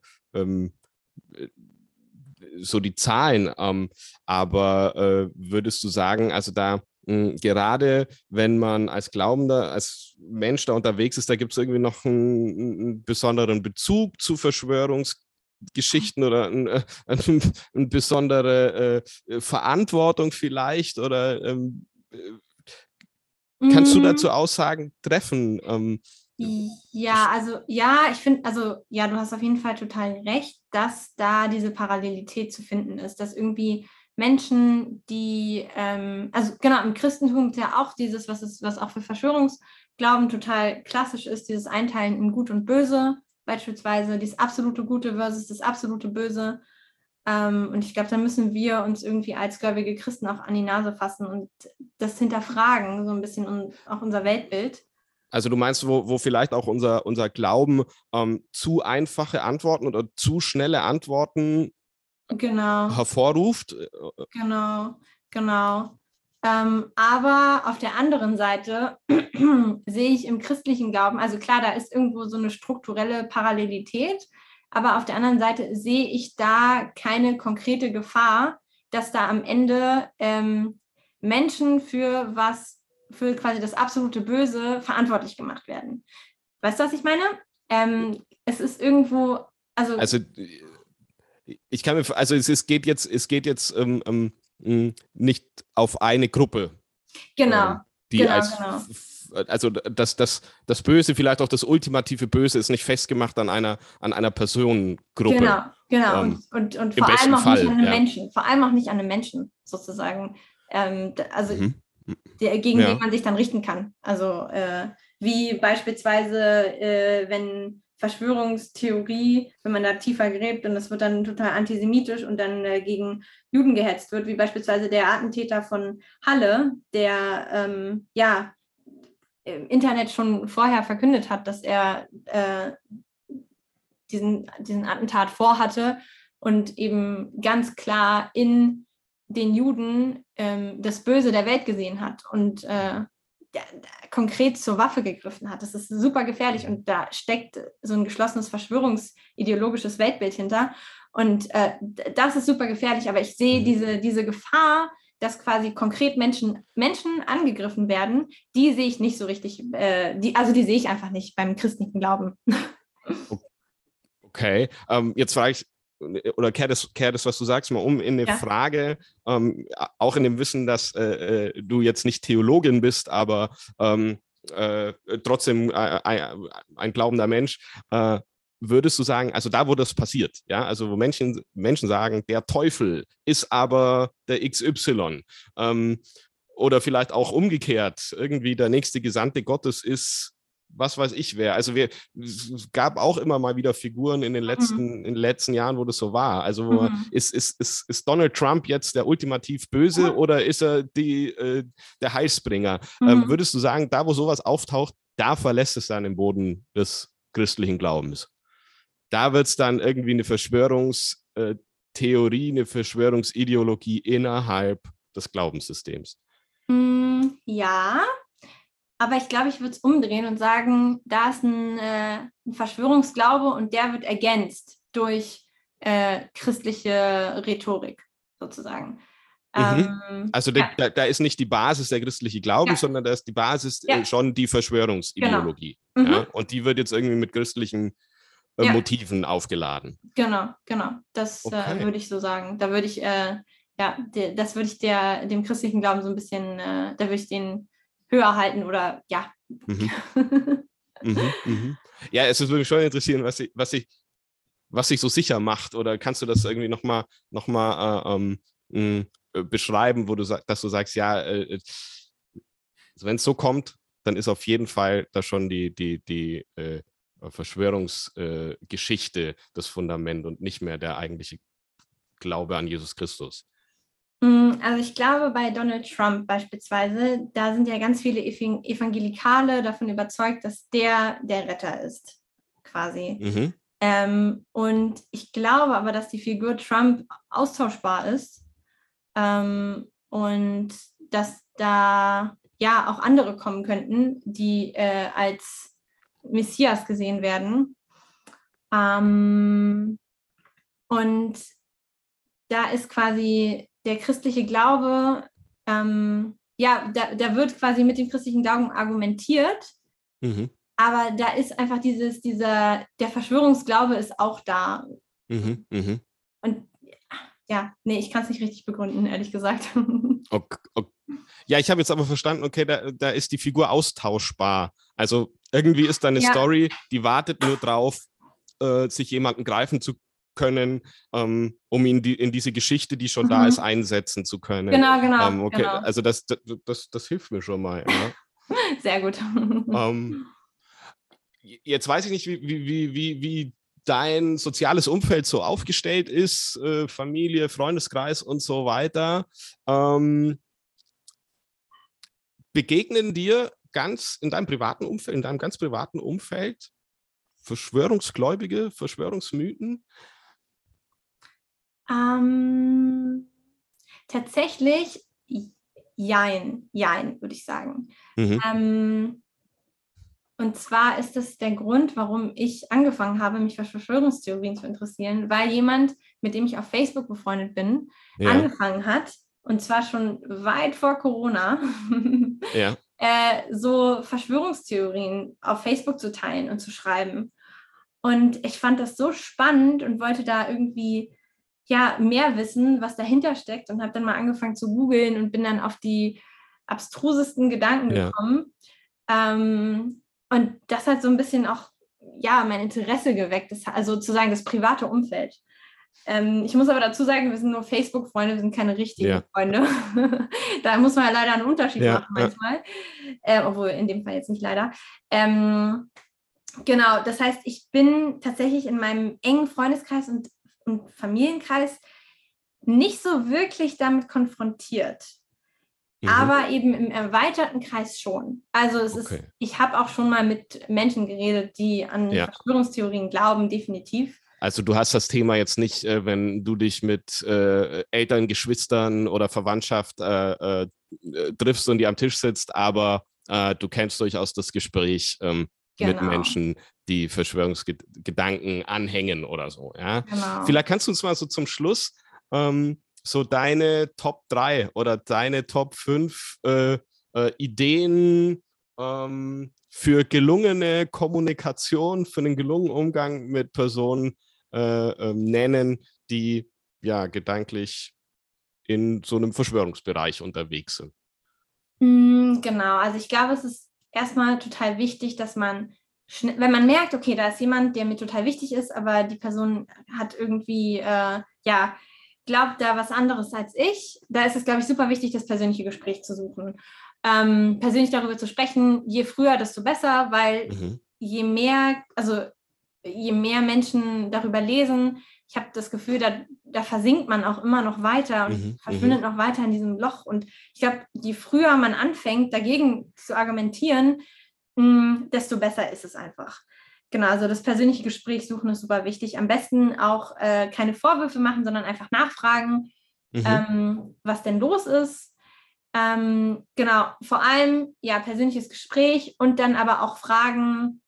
die Zahlen, aber würdest du sagen, also da gerade wenn man als Glaubender, als Mensch da unterwegs ist, da gibt es irgendwie noch einen besonderen Bezug zu Verschwörungsgeschichten oder eine besondere Verantwortung vielleicht oder kannst du dazu Aussagen treffen? Ich finde, du hast auf jeden Fall total recht, dass da diese Parallelität zu finden ist, dass irgendwie Menschen, die, im Christentum ist ja auch dieses, was auch für Verschwörungsglauben total klassisch ist, dieses Einteilen in Gut und Böse, beispielsweise dieses absolute Gute versus das absolute Böse. Und ich glaube, da müssen wir uns irgendwie als gläubige Christen auch an die Nase fassen und das hinterfragen, so ein bisschen auch unser Weltbild. Also du meinst, wo vielleicht auch unser Glauben zu einfache Antworten oder zu schnelle Antworten hervorruft? Genau. Aber auf der anderen Seite sehe ich im christlichen Glauben, also klar, da ist irgendwo so eine strukturelle Parallelität, aber auf der anderen Seite sehe ich da keine konkrete Gefahr, dass da am Ende Menschen für quasi das absolute Böse verantwortlich gemacht werden. Weißt du, was ich meine? Es ist irgendwo, also ich kann mir, also es geht jetzt nicht auf eine Gruppe. Genau. Also das Böse, vielleicht auch das ultimative Böse, ist nicht festgemacht an einer Personengruppe. Genau. Und vor allem auch nicht an einem Menschen. Vor allem auch nicht an einem Menschen, sozusagen. Gegen den man sich dann richten kann. Also wie beispielsweise, wenn Verschwörungstheorie, wenn man da tiefer gräbt und das wird dann total antisemitisch und dann gegen Juden gehetzt wird, wie beispielsweise der Attentäter von Halle, der im Internet schon vorher verkündet hat, dass er diesen Attentat vorhatte und eben ganz klar in den Juden das Böse der Welt gesehen hat und konkret zur Waffe gegriffen hat. Das ist super gefährlich und da steckt so ein geschlossenes verschwörungsideologisches Weltbild hinter und das ist super gefährlich, aber ich sehe diese Gefahr, dass quasi konkret Menschen angegriffen werden, die sehe ich nicht so richtig, die sehe ich einfach nicht beim christlichen Glauben. Okay, jetzt frage ich, oder kehr das, was du sagst, mal um in eine Frage, auch in dem Wissen, dass du jetzt nicht Theologin bist, aber trotzdem ein glaubender Mensch, würdest du sagen, also da, wo das passiert, ja, also wo Menschen sagen, der Teufel ist aber der XY, oder vielleicht auch umgekehrt, irgendwie der nächste Gesandte Gottes ist was weiß ich wer. Also es gab auch immer mal wieder Figuren in den letzten Jahren, wo das so war. Also ist Donald Trump jetzt der ultimativ Böse oder ist er der Heilsbringer? Würdest du sagen, da wo sowas auftaucht, da verlässt es dann den Boden des christlichen Glaubens? Da wird es dann irgendwie eine Verschwörungstheorie, eine Verschwörungsideologie innerhalb des Glaubenssystems? Ja. Aber ich glaube, ich würde es umdrehen und sagen, da ist ein Verschwörungsglaube und der wird ergänzt durch christliche Rhetorik sozusagen. Also da ist nicht die Basis der christliche Glaube, sondern da ist die Basis schon die Verschwörungsideologie. Genau. Ja? Und die wird jetzt irgendwie mit christlichen Motiven aufgeladen. Genau. Das würde ich so sagen. Da würde ich, das würde ich dem christlichen Glauben so ein bisschen, da würde ich den höher halten oder ja. Ja, es würde mich schon interessieren, was ich was sich so sicher macht? Oder kannst du das irgendwie noch mal beschreiben, dass du sagst, ja, wenn es so kommt, dann ist auf jeden Fall da schon die Verschwörungsgeschichte das Fundament und nicht mehr der eigentliche Glaube an Jesus Christus. Also ich glaube, bei Donald Trump beispielsweise, da sind ja ganz viele Evangelikale davon überzeugt, dass der Retter ist, quasi. Und ich glaube aber, dass die Figur Trump austauschbar ist und dass da ja auch andere kommen könnten, die als Messias gesehen werden. Und da ist quasi der christliche Glaube, ja, da wird quasi mit dem christlichen Glauben argumentiert, aber da ist einfach der Verschwörungsglaube ist auch da. Und ja, nee, ich kann es nicht richtig begründen, ehrlich gesagt. Okay. Ja, ich habe jetzt aber verstanden, okay, da ist die Figur austauschbar. Also irgendwie ist da eine Story, die wartet nur drauf, sich jemanden greifen zu können, um ihn in diese Geschichte, die schon da ist, einsetzen zu können. Genau. Okay. Genau. Also das hilft mir schon mal. Ja. Sehr gut. Jetzt weiß ich nicht, wie dein soziales Umfeld so aufgestellt ist, Familie, Freundeskreis und so weiter. Begegnen dir in deinem ganz privaten Umfeld Verschwörungsgläubige, Verschwörungsmythen? Tatsächlich, jein, würde ich sagen. Und zwar ist das der Grund, warum ich angefangen habe, mich für Verschwörungstheorien zu interessieren, weil jemand, mit dem ich auf Facebook befreundet bin, angefangen hat, und zwar schon weit vor Corona, so Verschwörungstheorien auf Facebook zu teilen und zu schreiben. Und ich fand das so spannend und wollte da irgendwie mehr wissen, was dahinter steckt, und habe dann mal angefangen zu googeln und bin dann auf die abstrusesten Gedanken gekommen. Und das hat so ein bisschen auch mein Interesse geweckt, also sozusagen das private Umfeld. Ich muss aber dazu sagen, wir sind nur Facebook-Freunde, wir sind keine richtigen Freunde. Da muss man leider einen Unterschied machen manchmal. Obwohl in dem Fall jetzt nicht leider. Genau, das heißt, ich bin tatsächlich in meinem engen Freundeskreis und Familienkreis nicht so wirklich damit konfrontiert. Aber eben im erweiterten Kreis schon. Also ich habe auch schon mal mit Menschen geredet, die an Verschwörungstheorien glauben, definitiv. Also du hast das Thema jetzt nicht, wenn du dich mit Eltern, Geschwistern oder Verwandtschaft triffst und die am Tisch sitzt, aber du kennst durchaus das Gespräch mit Menschen, die Verschwörungsgedanken anhängen oder so. Ja? Genau. Vielleicht kannst du uns mal so zum Schluss so deine Top 3 oder deine Top 5 Ideen für gelungene Kommunikation, für einen gelungenen Umgang mit Personen nennen, die gedanklich in so einem Verschwörungsbereich unterwegs sind. Genau, also ich glaube, es ist erstmal total wichtig, dass man, wenn man merkt, okay, da ist jemand, der mir total wichtig ist, aber die Person hat irgendwie, glaubt da was anderes als ich, da ist es, glaube ich, super wichtig, das persönliche Gespräch zu suchen. Persönlich darüber zu sprechen, je früher, desto besser, weil je mehr Menschen darüber lesen, ich habe das Gefühl, da versinkt man auch immer noch weiter und verschwindet noch weiter in diesem Loch. Und ich glaube, je früher man anfängt, dagegen zu argumentieren, desto besser ist es einfach. Genau, also das persönliche Gespräch suchen ist super wichtig. Am besten auch keine Vorwürfe machen, sondern einfach nachfragen, was denn los ist. Genau, vor allem persönliches Gespräch und dann aber auch fragen,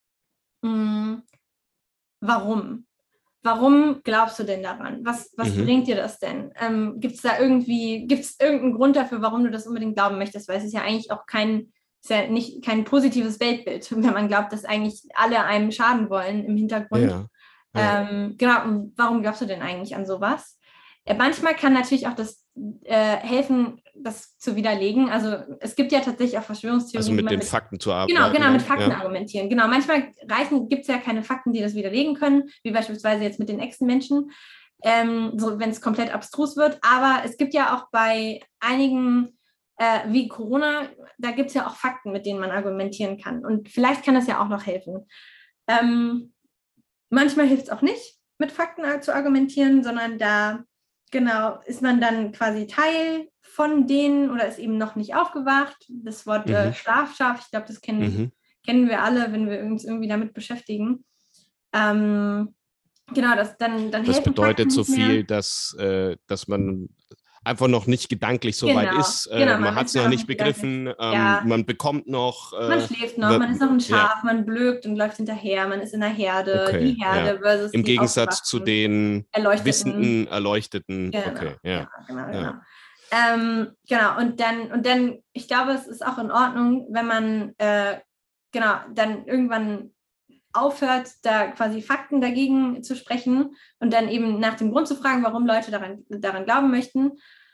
warum? Warum glaubst du denn daran? Was bringt dir das denn? Gibt es irgendeinen Grund dafür, warum du das unbedingt glauben möchtest? Weil es ist ja eigentlich auch kein positives Weltbild, wenn man glaubt, dass eigentlich alle einem schaden wollen im Hintergrund. Genau, und warum glaubst du denn eigentlich an sowas? Manchmal kann natürlich auch das helfen, das zu widerlegen. Also es gibt ja tatsächlich auch Verschwörungstheorien. Also mit den Fakten zu arbeiten. Genau, mit Fakten argumentieren. Genau, manchmal gibt es ja keine Fakten, die das widerlegen können, wie beispielsweise jetzt mit den Echsenmenschen, so wenn es komplett abstrus wird. Aber es gibt ja auch bei einigen, wie Corona, da gibt es ja auch Fakten, mit denen man argumentieren kann. Und vielleicht kann das ja auch noch helfen. Manchmal hilft es auch nicht, mit Fakten zu argumentieren, sondern da genau ist man dann quasi Teil von denen oder ist eben noch nicht aufgewacht. Das Wort Schlafschaf, ich glaube, das kennen wir alle, wenn wir uns irgendwie damit beschäftigen. Genau, das bedeutet so viel, dass man einfach noch nicht gedanklich so weit ist. Man hat es noch nicht begriffen. Man bekommt noch... man schläft noch, man ist noch ein Schaf, man blökt und läuft hinterher, man ist in der Herde, die Herde versus im Gegensatz zu den wissenden, Erleuchteten. Genau. Und dann, ich glaube, es ist auch in Ordnung, wenn man dann irgendwann aufhört, da quasi Fakten dagegen zu sprechen und dann eben nach dem Grund zu fragen, warum Leute daran glauben möchten.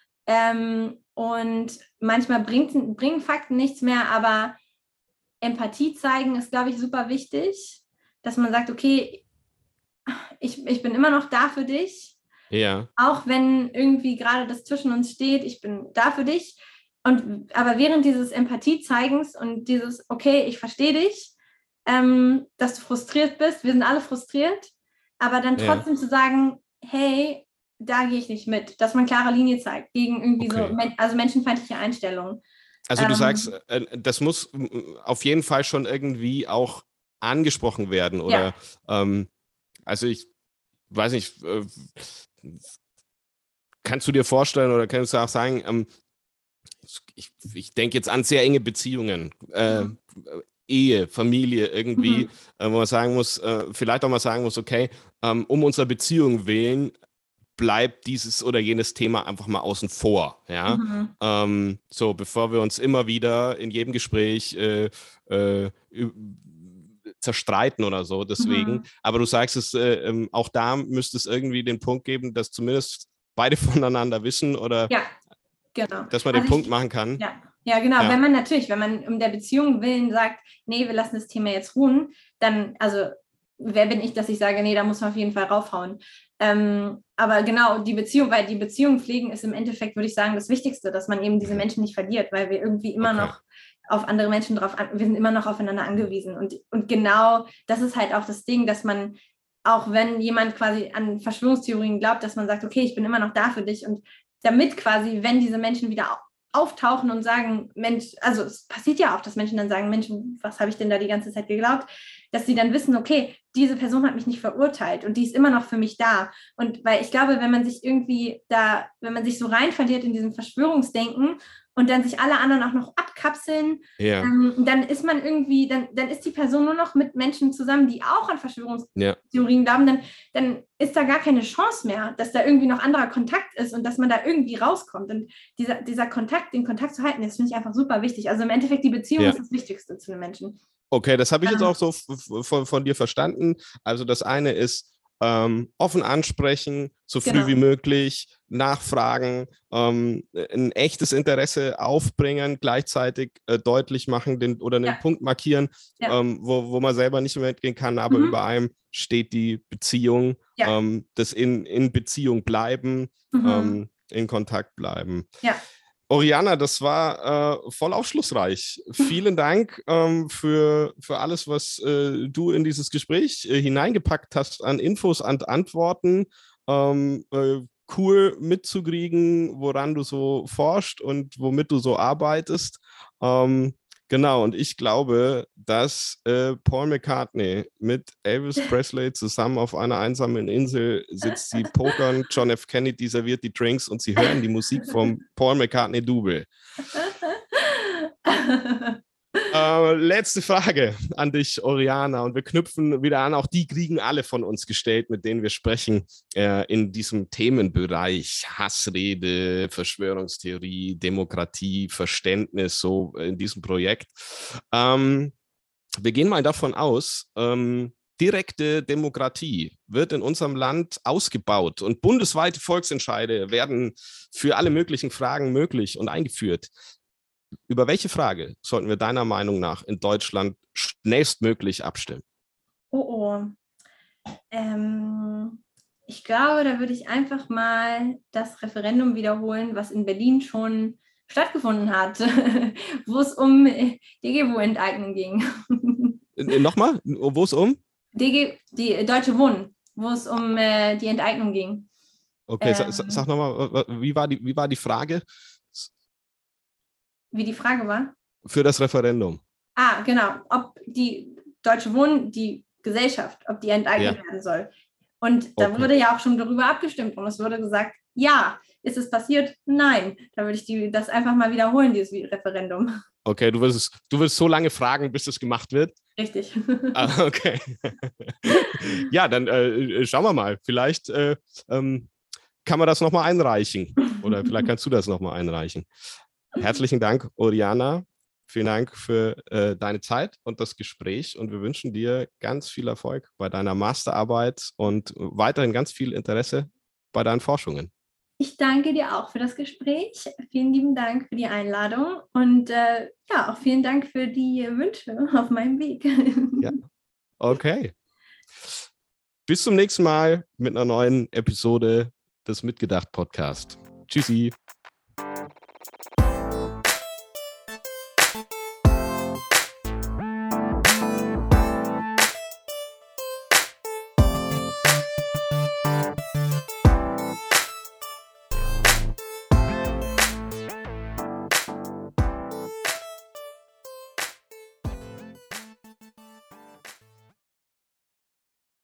Und manchmal bringen Fakten nichts mehr, aber Empathie zeigen ist, glaube ich, super wichtig, dass man sagt, okay, ich bin immer noch da für dich, auch wenn irgendwie gerade das zwischen uns steht, ich bin da für dich. Aber während dieses Empathie-Zeigens und dieses, okay, ich verstehe dich, dass du frustriert bist, wir sind alle frustriert, aber dann trotzdem zu sagen, hey, da gehe ich nicht mit, dass man klare Linie zeigt gegen irgendwie so menschenfeindliche Einstellungen. Also du sagst, das muss auf jeden Fall schon irgendwie auch angesprochen werden oder also ich weiß nicht, kannst du dir vorstellen oder kannst du auch sagen, ich denke jetzt an sehr enge Beziehungen, Ehe, Familie irgendwie, wo man sagen muss, vielleicht auch mal sagen muss, okay, um unserer Beziehung willen bleibt dieses oder jenes Thema einfach mal außen vor, so bevor wir uns immer wieder in jedem Gespräch zerstreiten oder so, deswegen, aber du sagst es, auch da müsste es irgendwie den Punkt geben, dass zumindest beide voneinander wissen oder dass man den Punkt machen kann. Ja, genau. Ja. Wenn man um der Beziehung willen sagt, nee, wir lassen das Thema jetzt ruhen, dann, also wer bin ich, dass ich sage, nee, da muss man auf jeden Fall raufhauen. Aber genau, die Beziehung pflegen ist im Endeffekt, würde ich sagen, das Wichtigste, dass man eben diese Menschen nicht verliert, weil wir irgendwie immer noch auf andere Menschen wir sind immer noch aufeinander angewiesen. Und genau das ist halt auch das Ding, dass man, auch wenn jemand quasi an Verschwörungstheorien glaubt, dass man sagt, okay, ich bin immer noch da für dich und damit quasi, wenn diese Menschen wieder auftauchen und sagen, Mensch, also es passiert ja auch, dass Menschen dann sagen, Mensch, was habe ich denn da die ganze Zeit geglaubt? Dass sie dann wissen, okay, diese Person hat mich nicht verurteilt und die ist immer noch für mich da. Und weil ich glaube, wenn man sich so rein verliert in diesem Verschwörungsdenken und dann sich alle anderen auch noch abkapseln, dann ist man irgendwie, dann ist die Person nur noch mit Menschen zusammen, die auch an Verschwörungstheorien glauben, dann ist da gar keine Chance mehr, dass da irgendwie noch anderer Kontakt ist und dass man da irgendwie rauskommt. Und den Kontakt zu halten, das finde ich einfach super wichtig. Also im Endeffekt, die Beziehung ist das Wichtigste zu den Menschen. Okay, das habe ich jetzt auch so von dir verstanden. Also das eine ist offen ansprechen, so früh wie möglich, nachfragen, ein echtes Interesse aufbringen, gleichzeitig deutlich machen oder einen Punkt markieren, wo man selber nicht mehr mitgehen kann, aber über einem steht die Beziehung, das in Beziehung bleiben, in Kontakt bleiben. Ja. Oriana, das war voll aufschlussreich. Vielen Dank für alles, was du in dieses Gespräch hineingepackt hast an Infos, an Antworten. Cool mitzukriegen, woran du so forschst und womit du so arbeitest. Genau, und ich glaube, dass Paul McCartney mit Elvis Presley zusammen auf einer einsamen Insel sitzt. Sie pokern, John F. Kennedy serviert die Drinks und sie hören die Musik vom Paul McCartney-Double. Letzte Frage an dich, Oriana, und wir knüpfen wieder an. Auch die kriegen alle von uns gestellt, mit denen wir sprechen in diesem Themenbereich Hassrede, Verschwörungstheorie, Demokratie, Verständnis, so in diesem Projekt. Wir gehen mal davon aus, direkte Demokratie wird in unserem Land ausgebaut und bundesweite Volksentscheide werden für alle möglichen Fragen möglich und eingeführt. Über welche Frage sollten wir deiner Meinung nach in Deutschland schnellstmöglich abstimmen? Ich glaube, da würde ich einfach mal das Referendum wiederholen, was in Berlin schon stattgefunden hat, wo es um DGWO-Enteignung ging. Nochmal, wo es um? Die Deutsche Wohnen, wo es um die Enteignung ging. Okay, sag nochmal, wie war die Frage? Wie die Frage war? Für das Referendum. Genau. Ob die Deutsche Wohnen, die Gesellschaft, ob die enteignet werden soll. Und da wurde ja auch schon darüber abgestimmt und es wurde gesagt, ja. Ist es passiert? Nein. Da würde ich das einfach mal wiederholen, dieses Referendum. Okay, du willst so lange fragen, bis es gemacht wird? Richtig. Okay. Ja, dann schauen wir mal. Vielleicht kann man das nochmal einreichen. Oder vielleicht kannst du das nochmal einreichen. Herzlichen Dank, Oriana. Vielen Dank für deine Zeit und das Gespräch. Und wir wünschen dir ganz viel Erfolg bei deiner Masterarbeit und weiterhin ganz viel Interesse bei deinen Forschungen. Ich danke dir auch für das Gespräch. Vielen lieben Dank für die Einladung und auch vielen Dank für die Wünsche auf meinem Weg. Ja, okay. Bis zum nächsten Mal mit einer neuen Episode des Mitgedacht Podcast. Tschüssi.